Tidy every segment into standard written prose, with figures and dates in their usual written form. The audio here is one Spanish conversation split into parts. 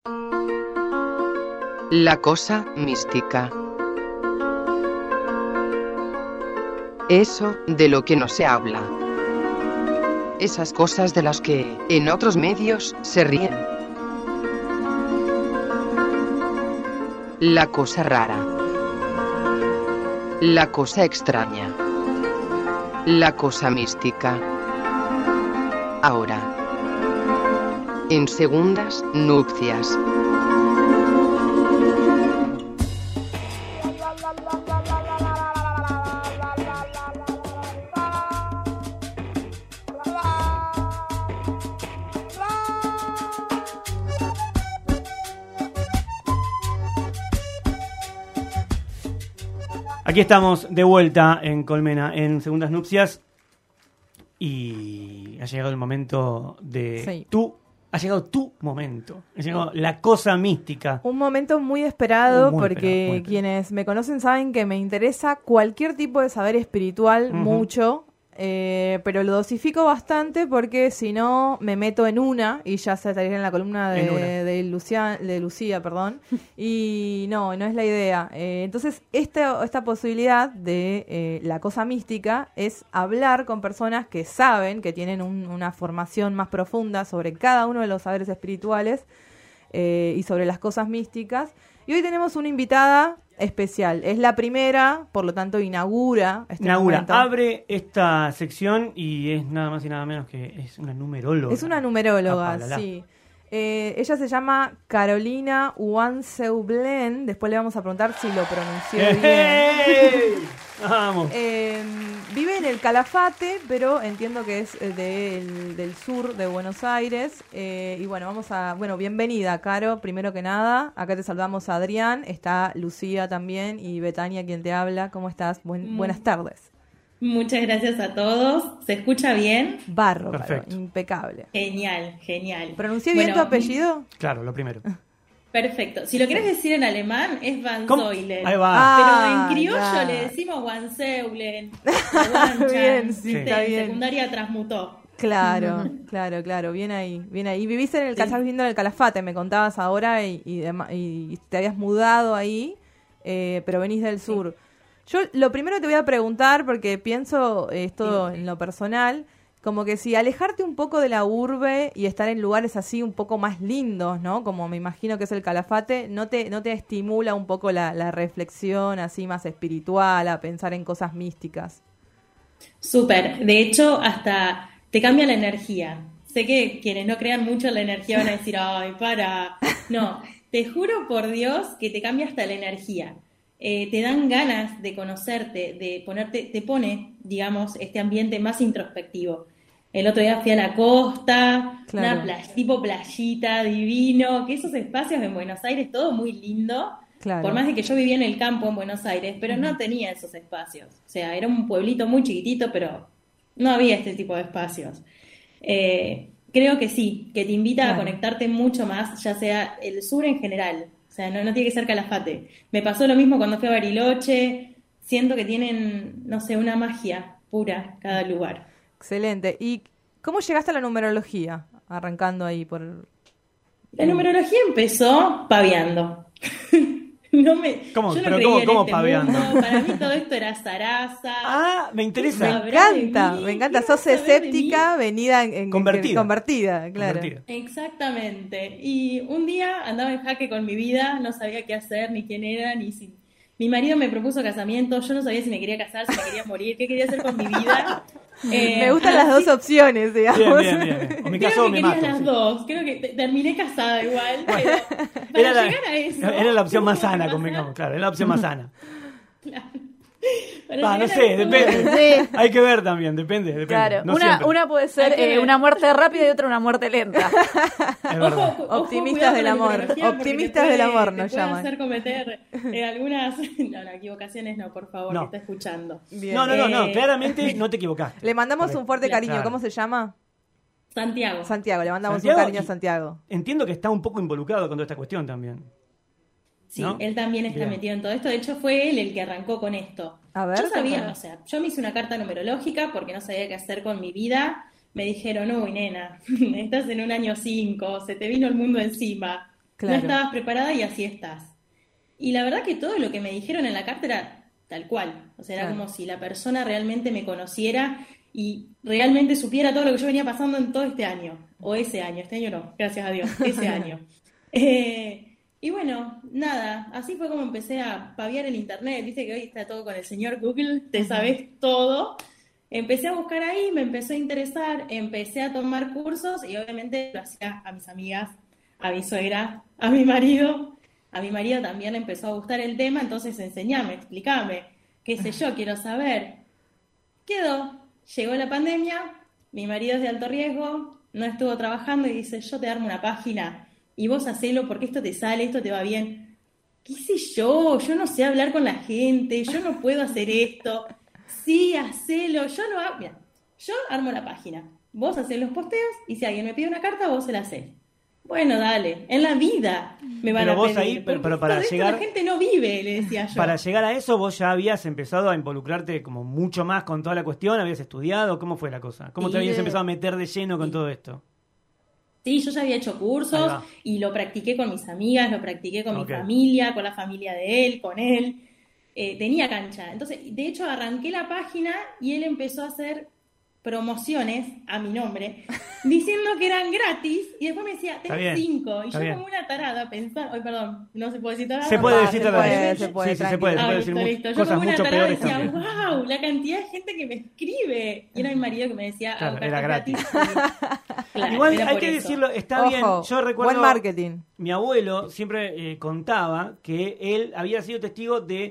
La cosa mística. Eso de lo que no se habla. Esas cosas de las que, en otros medios, se ríen. La cosa rara. La cosa extraña. La cosa mística. Ahora. En segundas nupcias. Aquí estamos de vuelta en Colmena, en Segundas Nupcias, y ha llegado el momento de ha llegado tu momento, ha llegado la cosa mística. Un momento muy esperado, Muy porque esperado. quienes me conocen saben que me interesa cualquier tipo de saber espiritual, mucho, pero lo dosifico bastante porque si no me meto en una y ya se estaría en la columna de Lucía, perdón, y no es la idea. Entonces esta posibilidad de la cosa mística es hablar con personas que saben, que tienen una formación más profunda sobre cada uno de los saberes espirituales y sobre las cosas místicas. Y hoy tenemos una invitada especial. Es la primera, por lo tanto inaugura momento. Abre esta sección y es nada más y nada menos que es una numeróloga. Es una numeróloga, sí. Ella se llama Carolina Wanseublen. Después le vamos a preguntar si lo pronunció bien. ¡Vamos! Vive en el Calafate, pero entiendo que es del sur de Buenos Aires. Y bueno, bienvenida, Caro, primero que nada. Acá te saludamos a Adrián, está Lucía también y Betania quien te habla. ¿Cómo estás? Buenas tardes. Muchas gracias a todos. ¿Se escucha bien? Bárbaro, perfecto. Impecable. Genial. ¿Pronuncié bien tu apellido? Claro, lo primero. Perfecto. Si lo querés decir en alemán, es Van Zeulen. Ahí va. Pero en criollo le decimos Wanzeulen. Bien, sí, está bien. En secundaria transmutó. Claro. Bien ahí. Y viviste estás viviendo en el Calafate, me contabas ahora, y te habías mudado ahí, pero venís del sur. Yo lo primero te voy a preguntar, porque pienso esto en lo personal, como que si alejarte un poco de la urbe y estar en lugares así un poco más lindos, ¿no? Como me imagino que es el Calafate, ¿no te estimula un poco la reflexión así más espiritual, a pensar en cosas místicas? Súper. De hecho, hasta te cambia la energía. Sé que quienes no crean mucho en la energía van a decir, ay, para. No, te juro por Dios que te cambia hasta la energía. Te dan ganas de conocerte, te pone, digamos, este ambiente más introspectivo. El otro día fui a la costa, claro. Tipo playita, divino, que esos espacios en Buenos Aires, todo muy lindo, claro. Por más de que yo vivía en el campo en Buenos Aires, pero no tenía esos espacios. O sea, era un pueblito muy chiquitito, pero no había este tipo de espacios. Creo que sí, que te invita a conectarte mucho más, ya sea el sur en general. O sea, no tiene que ser Calafate. Me pasó lo mismo cuando fui a Bariloche. Siento que tienen, no sé, una magia pura cada lugar. Excelente. ¿Y cómo llegaste a la numerología? Arrancando ahí por... La numerología empezó paviando. ¿Cómo? Yo no ¿Pero creía cómo en este paviando? mundo. Para mí todo esto era zaraza. Ah, me interesa. Me encanta. Sos escéptica, venida convertida, claro. Convertida. Exactamente. Y un día andaba en jaque con mi vida, no sabía qué hacer, ni quién era, ni si... Mi marido me propuso casamiento, yo no sabía si me quería casar, si me quería morir, qué quería hacer con mi vida. Me gustan las dos opciones, digamos. Bien. O me caso o me mato. Las dos. Creo que terminé casada igual, pero para llegar a eso... Era la opción más sana, convengamos, claro, era la opción más sana. Claro. No sé, depende. Sí. Hay que ver también, depende. Claro, no una puede ser una muerte rápida y otra una muerte lenta. Es verdad. Optimistas del amor. Optimistas del amor nos llaman. Puede hacer cometer algunas equivocaciones, no, por favor, que está escuchando. Bien. No, claramente no te equivocaste. Le mandamos un fuerte cariño. Claro. ¿Cómo se llama? Santiago, le mandamos un cariño a Santiago. Entiendo que está un poco involucrado con toda esta cuestión también. Sí, ¿no? Él también está metido en todo esto. De hecho, fue él el que arrancó con esto. A ver, yo sabía, yo me hice una carta numerológica porque no sabía qué hacer con mi vida. Me dijeron, uy, nena, estás en un año 5, se te vino el mundo encima. Claro. No estabas preparada y así estás. Y la verdad que todo lo que me dijeron en la carta era tal cual. O sea, era como si la persona realmente me conociera y realmente supiera todo lo que yo venía pasando en todo este año. O ese año, este año no, gracias a Dios, ese año. Y bueno, nada, así fue como empecé a paviar el internet. Viste que hoy está todo con el señor Google, te sabes todo. Empecé a buscar ahí, me empezó a interesar, empecé a tomar cursos y obviamente lo hacía a mis amigas, a mi suegra, a mi marido. A mi marido también le empezó a gustar el tema, entonces enseñame, explícame, qué sé yo, quiero saber. Quedó, llegó la pandemia, mi marido es de alto riesgo, no estuvo trabajando y dice, yo te armo una página y vos hacelo porque esto te sale, esto te va bien. ¿Qué sé yo? Yo no sé hablar con la gente, yo no puedo hacer esto. Sí, hacelo, yo lo hago. Mira, yo armo la página, vos hacés los posteos y si alguien me pide una carta, vos se la hacés. Bueno, dale, en la vida me van pero a vos pedir. ahí, pero para llegar, la gente no vive, le decía yo. Para llegar a eso, vos ya habías empezado a involucrarte como mucho más con toda la cuestión, habías estudiado, ¿cómo fue la cosa? ¿Cómo te habías empezado a meter de lleno con todo esto? Sí, yo ya había hecho cursos y lo practiqué con mis amigas, lo practiqué con mi familia, con la familia de él, con él. Tenía cancha. Entonces, de hecho, arranqué la página y él empezó a hacer promociones a mi nombre, diciendo que eran gratis, y después me decía, tenés 5, y yo como una tarada pensaba, ay, perdón, no se puede decir tarada. Se puede decir tarada. Se puede, sí, se puede decir yo cosas como una mucho tarada peores decía, también. wow, la cantidad de gente que me escribe. Y era mi marido que me decía, claro, era gratis. Claro, igual hay que decirlo, está Ojo, bien, yo recuerdo, buen marketing. Mi abuelo siempre contaba que él había sido testigo de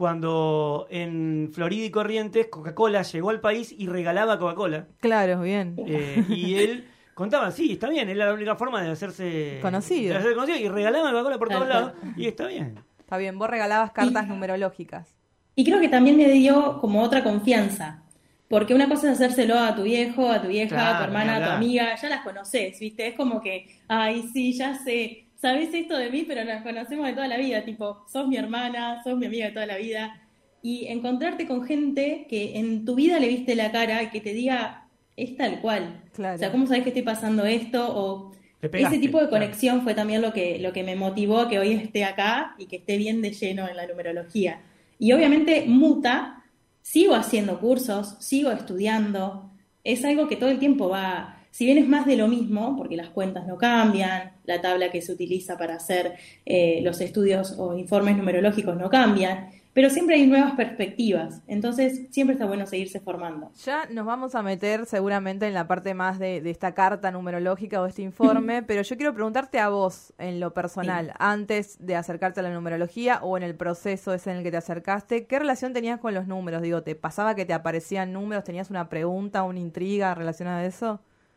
cuando en Florida y Corrientes Coca-Cola llegó al país y regalaba Coca-Cola. Claro, bien. Y él contaba, sí, está bien, era la única forma de hacerse conocido. Y regalaba Coca-Cola por todos lados, y está bien. Está bien, vos regalabas cartas numerológicas. Y creo que también me dio como otra confianza, porque una cosa es hacérselo a tu viejo, a tu vieja, claro, a tu hermana, a tu amiga, ya las conoces, ¿viste? Es como que, ay, sí, ya sé, sabés esto de mí, pero nos conocemos de toda la vida, tipo, sos mi hermana, sos mi amiga de toda la vida, y encontrarte con gente que en tu vida le viste la cara y que te diga, es tal cual. Claro. O sea, ¿cómo sabés que estoy pasando esto? O pegaste, ese tipo de conexión fue también lo que me motivó a que hoy esté acá y que esté bien de lleno en la numerología. Y obviamente muta, sigo haciendo cursos, sigo estudiando, es algo que todo el tiempo va, si bien es más de lo mismo, porque las cuentas no cambian, la tabla que se utiliza para hacer los estudios o informes numerológicos no cambian, pero siempre hay nuevas perspectivas, entonces siempre está bueno seguirse formando. Ya nos vamos a meter seguramente en la parte más de esta carta numerológica o este informe, pero yo quiero preguntarte a vos en lo personal, antes de acercarte a la numerología o en el proceso ese en el que te acercaste, ¿qué relación tenías con los números? Digo, ¿te pasaba que te aparecían números? ¿Tenías una pregunta, una intriga relacionada a eso?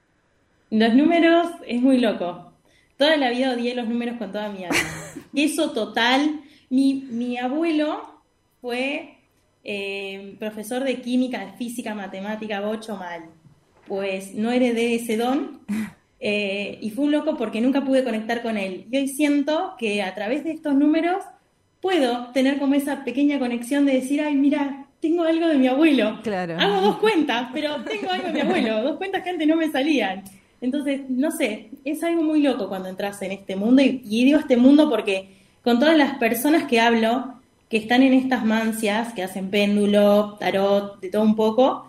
Los números es muy loco. Toda la vida odié los números con toda mi alma. Eso total. Mi abuelo fue profesor de química, de física, matemática, bocho mal. Pues no heredé ese don y fue un loco porque nunca pude conectar con él. Y hoy siento que a través de estos números puedo tener como esa pequeña conexión de decir, ay, mira, tengo algo de mi abuelo. Claro. Hago 2 cuentas, pero tengo algo de mi abuelo. 2 cuentas que antes no me salían. Entonces, no sé, es algo muy loco cuando entras en este mundo. Y digo este mundo porque con todas las personas que hablo, que están en estas mancias, que hacen péndulo, tarot, de todo un poco,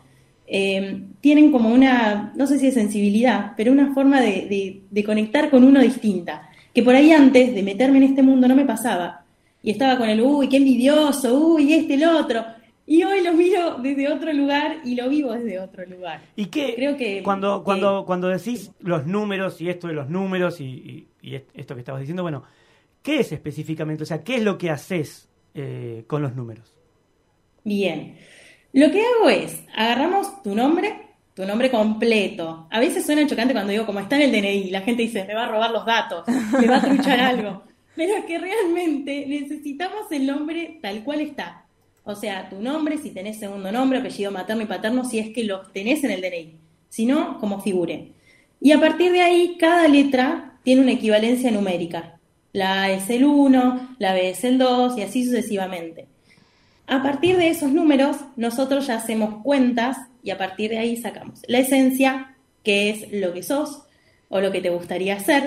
tienen como una, no sé si es sensibilidad, pero una forma de conectar con uno distinta. Que por ahí antes de meterme en este mundo no me pasaba. Y estaba con el, uy, qué envidioso, uy, el otro. Y hoy lo miro desde otro lugar y lo vivo desde otro lugar. ¿Y qué? Creo que cuando decís los números y esto de los números y esto que estabas diciendo, bueno, ¿qué es específicamente? O sea, ¿qué es lo que haces con los números? Bien. Lo que hago es, agarramos tu nombre completo. A veces suena chocante cuando digo, como está en el DNI, la gente dice, me va a robar los datos, me va a truchar algo. Pero es que realmente necesitamos el nombre tal cual está. O sea, tu nombre, si tenés segundo nombre, apellido materno y paterno, si es que los tenés en el DNI. Si no, como figure. Y a partir de ahí, cada letra tiene una equivalencia numérica. La A es el 1, la B es el 2 y así sucesivamente. A partir de esos números, nosotros ya hacemos cuentas y a partir de ahí sacamos la esencia, que es lo que sos o lo que te gustaría ser,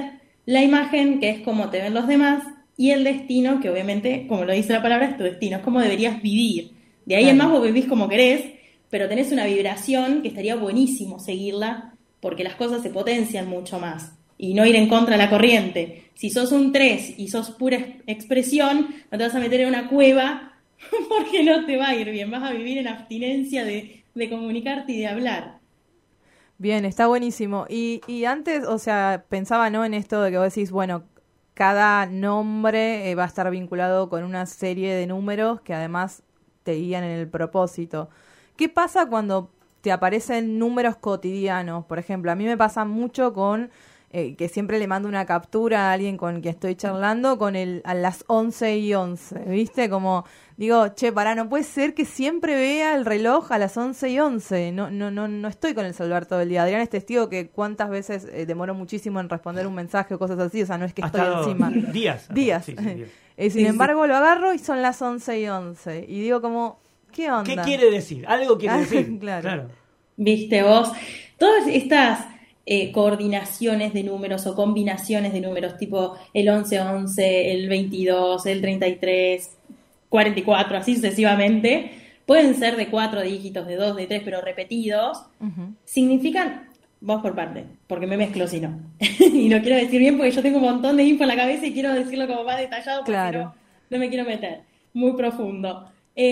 la imagen, que es cómo te ven los demás, y el destino, que obviamente, como lo dice la palabra, es tu destino, es cómo deberías vivir. De ahí en más vos vivís como querés, pero tenés una vibración que estaría buenísimo seguirla, porque las cosas se potencian mucho más, y no ir en contra de la corriente. Si sos un 3 y sos pura expresión, no te vas a meter en una cueva, porque no te va a ir bien, vas a vivir en abstinencia de comunicarte y de hablar. Bien, está buenísimo. Y antes, o sea, pensaba, ¿no?, en esto de que vos decís, bueno, cada nombre va a estar vinculado con una serie de números que además te guían en el propósito. ¿Qué pasa cuando te aparecen números cotidianos? Por ejemplo, a mí me pasa mucho con que siempre le mando una captura a alguien con quien estoy charlando con a las 11:11, ¿viste? Como digo, che, pará, no puede ser que siempre vea el reloj a las 11:11. No estoy con el celular todo el día. Adrián es testigo que cuántas veces demoro muchísimo en responder un mensaje o cosas así, o sea, no es que estoy encima. Días. Sí, sin embargo, lo agarro y son las 11:11. Y digo como, ¿qué onda? ¿Qué quiere decir? Algo quiere decir. Claro. Viste vos, todas estas coordinaciones de números o combinaciones de números, tipo el 11-11, el 22, el 33, 44, así sucesivamente, pueden ser de 4 dígitos, de 2, de 3, pero repetidos, significan, vos por parte, porque me mezclo si no. Y lo quiero decir bien porque yo tengo un montón de info en la cabeza y quiero decirlo como más detallado, porque si no me quiero meter, muy profundo.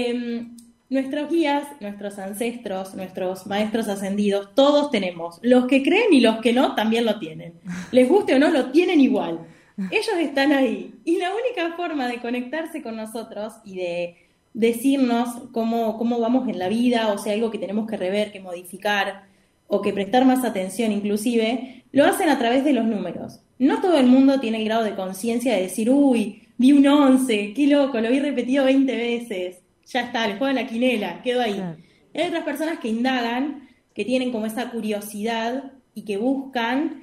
Nuestros guías, nuestros ancestros, nuestros maestros ascendidos, todos tenemos. Los que creen y los que no también lo tienen. Les guste o no, lo tienen igual. Ellos están ahí. Y la única forma de conectarse con nosotros y de decirnos cómo vamos en la vida, o sea, algo que tenemos que rever, que modificar, o que prestar más atención inclusive, lo hacen a través de los números. No todo el mundo tiene el grado de conciencia de decir, uy, vi un 11, qué loco, lo vi repetido 20 veces. Ya está, el juego de la quinela, quedó ahí. Claro. Hay otras personas que indagan, que tienen como esa curiosidad y que buscan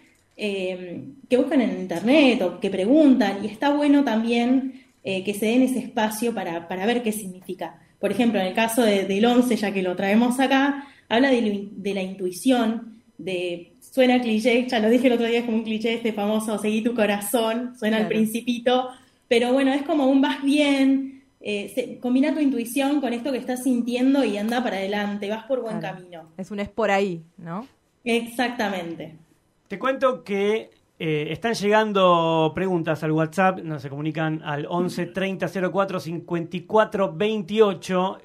en internet o que preguntan, y está bueno también que se den ese espacio para ver qué significa. Por ejemplo, en el caso del 11, ya que lo traemos acá, habla de la intuición, suena cliché, ya lo dije el otro día, es como un cliché este famoso, seguí tu corazón, suena al Principito, pero bueno, es como un vas bien. Combina tu intuición con esto que estás sintiendo y anda para adelante, vas por buen camino. Es un por ahí, ¿no? Exactamente. Te cuento que están llegando preguntas al WhatsApp, se comunican al 11 30 04 54 28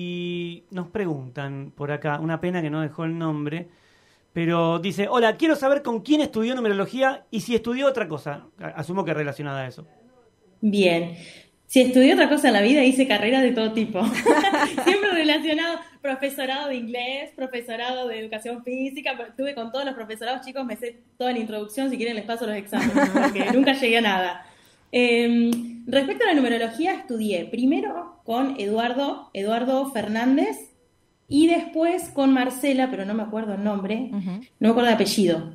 y nos preguntan por acá, una pena que no dejó el nombre, pero dice, hola, quiero saber con quién estudió numerología y si estudió otra cosa, asumo que relacionada a eso. Bien. Si estudié otra cosa en la vida, hice carreras de todo tipo. Siempre relacionado, profesorado de inglés, profesorado de educación física, estuve con todos los profesorados, chicos, me sé toda la introducción, si quieren les paso los exámenes, porque nunca llegué a nada. Respecto a la numerología, estudié primero con Eduardo Fernández, y después con Marcela, pero no me acuerdo el nombre, no me acuerdo el apellido.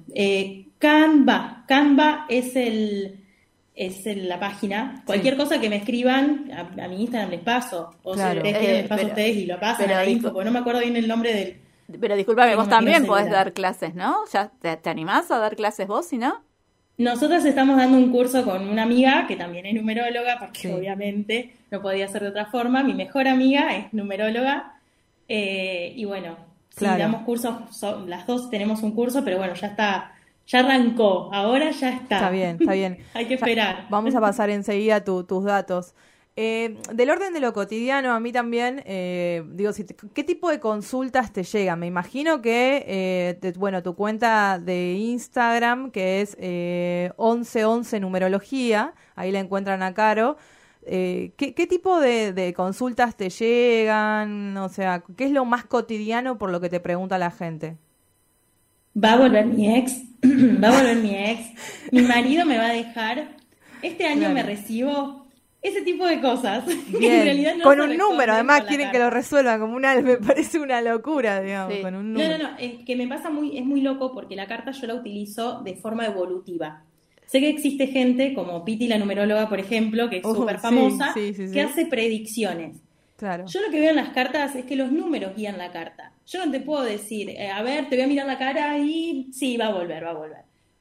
Canva es la página. Cualquier cosa que me escriban a mi Instagram les paso. O si les paso a ustedes y lo pasan a la info, porque no me acuerdo bien el nombre del... Pero discúlpame, vos también podés dar clases, ¿no? ¿Ya te animás a dar clases vos, si no? Nosotras estamos dando un curso con una amiga que también es numeróloga, porque obviamente no podía ser de otra forma. Mi mejor amiga es numeróloga. Y bueno, damos cursos, las dos tenemos un curso, pero bueno, ya está. Ya arrancó, ahora ya está. Está bien. Hay que esperar. Vamos a pasar enseguida tus datos. Del orden de lo cotidiano, a mí también, ¿qué tipo de consultas te llegan? Me imagino que, tu cuenta de Instagram, que es 1111 Numerología, ahí la encuentran a Caro. ¿Qué tipo de consultas te llegan? O sea, ¿qué es lo más cotidiano por lo que te pregunta la gente? Va a volver mi ex, mi marido me va a dejar, este año me recibo, ese tipo de cosas. Bien. En realidad no con un número, además quieren que lo resuelvan como me parece una locura, digamos, con un número. No, es que me pasa es muy loco porque la carta yo la utilizo de forma evolutiva. Sé que existe gente como Piti la numeróloga, por ejemplo, que es súper famosa, que hace predicciones. Claro. Yo lo que veo en las cartas es que los números guían la carta. Yo no te puedo decir, a ver, te voy a mirar la cara y sí, va a volver.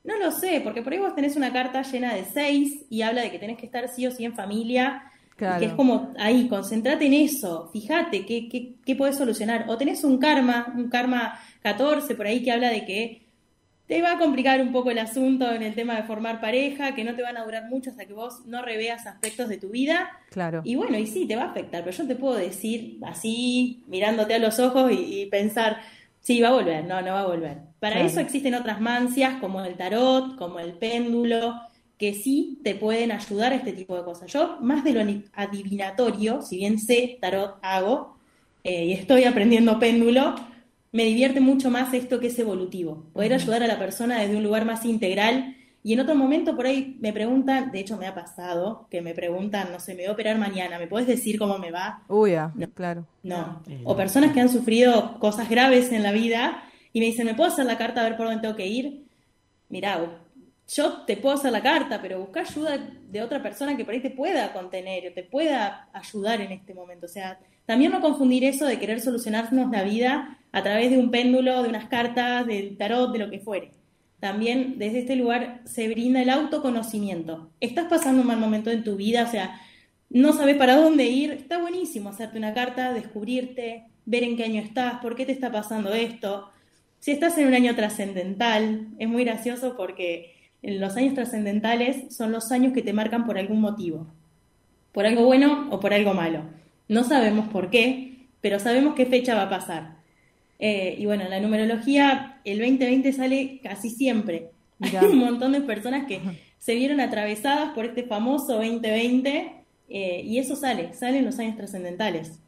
No lo sé, porque por ahí vos tenés una carta llena de 6 y habla de que tenés que estar sí o sí en familia. Claro. Y que es como ahí, concentrate en eso, fíjate qué podés solucionar. O tenés un karma 14 por ahí que habla de que te va a complicar un poco el asunto en el tema de formar pareja, que no te van a durar mucho hasta que vos no reveas aspectos de tu vida. Claro. Y bueno, y sí, te va a afectar, pero yo te puedo decir así, mirándote a los ojos y pensar, sí, va a volver, no va a volver. Para Claro. eso existen otras mancias como el tarot, como el péndulo, que sí te pueden ayudar a este tipo de cosas. Yo, más de lo adivinatorio, si bien sé tarot, hago, y estoy aprendiendo péndulo, me divierte mucho más esto que es evolutivo. Poder ayudar a la persona desde un lugar más integral. Y en otro momento por ahí me preguntan, de hecho me ha pasado, que me preguntan, no sé, me voy a operar mañana, ¿me puedes decir cómo me va? Uy, No. claro. No. O personas que han sufrido cosas graves en la vida y me dicen, ¿me puedo hacer la carta a ver por dónde tengo que ir? Mirá, yo te puedo hacer la carta, pero busca ayuda de otra persona que por ahí te pueda contener o te pueda ayudar en este momento. O sea, también no confundir eso de querer solucionarnos la vida a través de un péndulo, de unas cartas, del tarot, de lo que fuere. También desde este lugar se brinda el autoconocimiento. Estás pasando un mal momento en tu vida, o sea, no sabes para dónde ir, está buenísimo hacerte una carta, descubrirte, ver en qué año estás, por qué te está pasando esto. Si estás en un año trascendental, es muy gracioso porque los años trascendentales son los años que te marcan por algún motivo, por algo bueno o por algo malo. No sabemos por qué, pero sabemos qué fecha va a pasar. Y bueno, en la numerología el 2020 sale casi siempre. Mirá. Hay un montón de personas que se vieron atravesadas por este famoso 2020 y eso sale en los años trascendentales.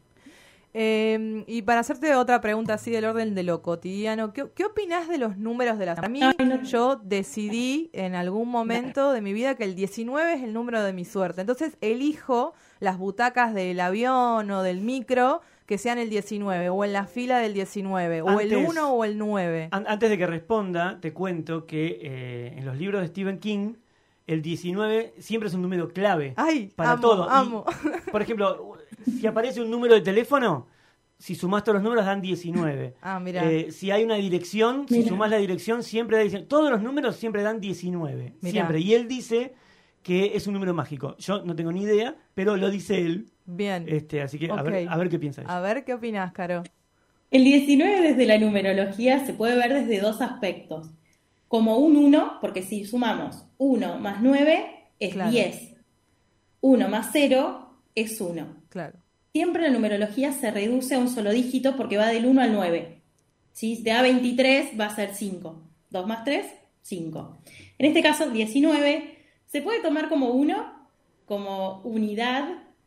Y para hacerte otra pregunta así del orden de lo cotidiano, ¿qué opinás de los números de la suerte? A mí, yo decidí en algún momento de mi vida que el 19 es el número de mi suerte. Entonces elijo las butacas del avión o del micro que sean el 19, o en la fila del 19, o el 1 o el 9. Antes de que responda, te cuento que en los libros de Stephen King, el 19 siempre es un número clave para todo. Amo. Y, por ejemplo, si aparece un número de teléfono, si sumás todos los números dan 19. Mira. Si hay una dirección, si sumás la dirección, siempre da 19. Todos los números siempre dan 19. Mirá. Siempre. Y él dice que es un número mágico. Yo no tengo ni idea, pero lo dice él. Bien. Así que Okay. a ver qué piensa ella. A ver qué opinás, Caro. El 19 desde la numerología se puede ver desde dos aspectos. Como un 1, porque si sumamos 1 más 9 es Claro. 10. 1 más 0 es 1. Claro. Siempre la numerología se reduce a un solo dígito porque va del 1 al 9. Si te da 23 va a ser 5. 2 más 3, 5. En este caso, 19 se puede tomar como 1, como unidad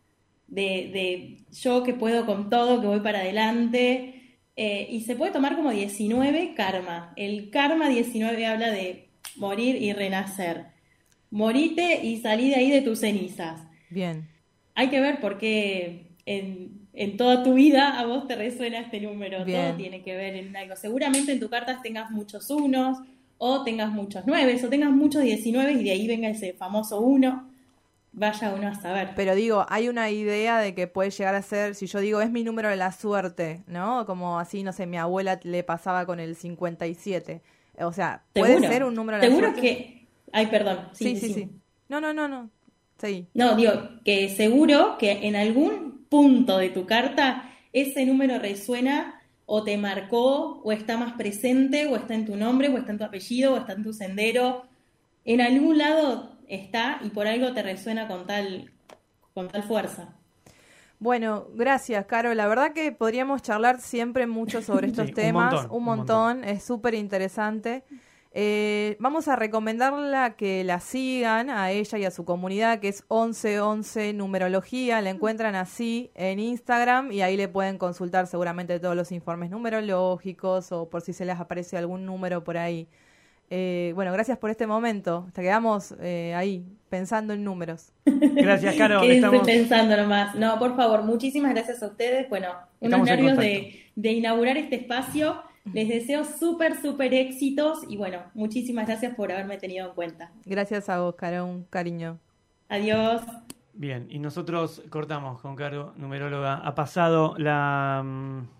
de yo que puedo con todo, que voy para adelante, y se puede tomar como 19 karma. El karma 19 habla de morir y renacer. Morite y salí de ahí de tus cenizas. Bien. Hay que ver por qué en toda tu vida a vos te resuena este número. Bien. Todo tiene que ver en algo. Seguramente en tu carta tengas muchos unos, o tengas muchos 9, o tengas muchos 19 y de ahí venga ese famoso 1. Vaya uno a saber. Pero digo, hay una idea de que puede llegar a ser, si yo digo, es mi número de la suerte, ¿no? Como así, no sé, mi abuela le pasaba con el 57. O sea, ¿puede ¿Seguro? ser un número de la Seguro suerte? que... Ay, perdón. Sí. No. Sí. No, digo, que seguro que en algún punto de tu carta ese número resuena o te marcó o está más presente o está en tu nombre o está en tu apellido o está en tu sendero. En algún lado está y por algo te resuena con tal fuerza. Bueno, gracias, Caro. La verdad que podríamos charlar siempre mucho sobre estos Sí, temas. un montón. Es súper interesante. Vamos a recomendarla que la sigan a ella y a su comunidad, que es 1111 Numerología. La encuentran así en Instagram y ahí le pueden consultar seguramente todos los informes numerológicos o por si se les aparece algún número por ahí. Bueno, gracias por este momento. Hasta quedamos ahí pensando en números. Gracias, Caro. Quédense pensando nomás. No, por favor, muchísimas gracias a ustedes. Bueno, unos nervios de inaugurar este espacio. Les deseo súper éxitos y bueno, muchísimas gracias por haberme tenido en cuenta. Gracias a vos, Caro, un cariño. Adiós. Bien, y nosotros cortamos con Caro, numeróloga. Ha pasado la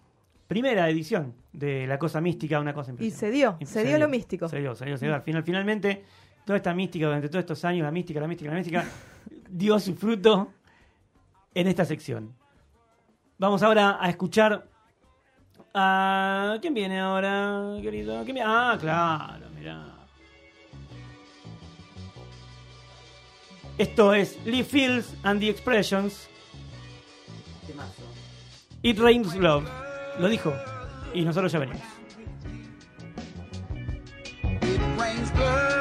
primera edición de La Cosa Mística, una cosa impresionante. Y se dio lo místico. Se dio. Finalmente, toda esta mística durante todos estos años, la mística, dio su fruto en esta sección. Vamos ahora a escuchar a... ¿Quién viene ahora, querido? Ah, claro, mirá. Esto es Lee Fields and the Expressions. It Rains Love. Lo dijo. Y nosotros ya venimos. It rains blood.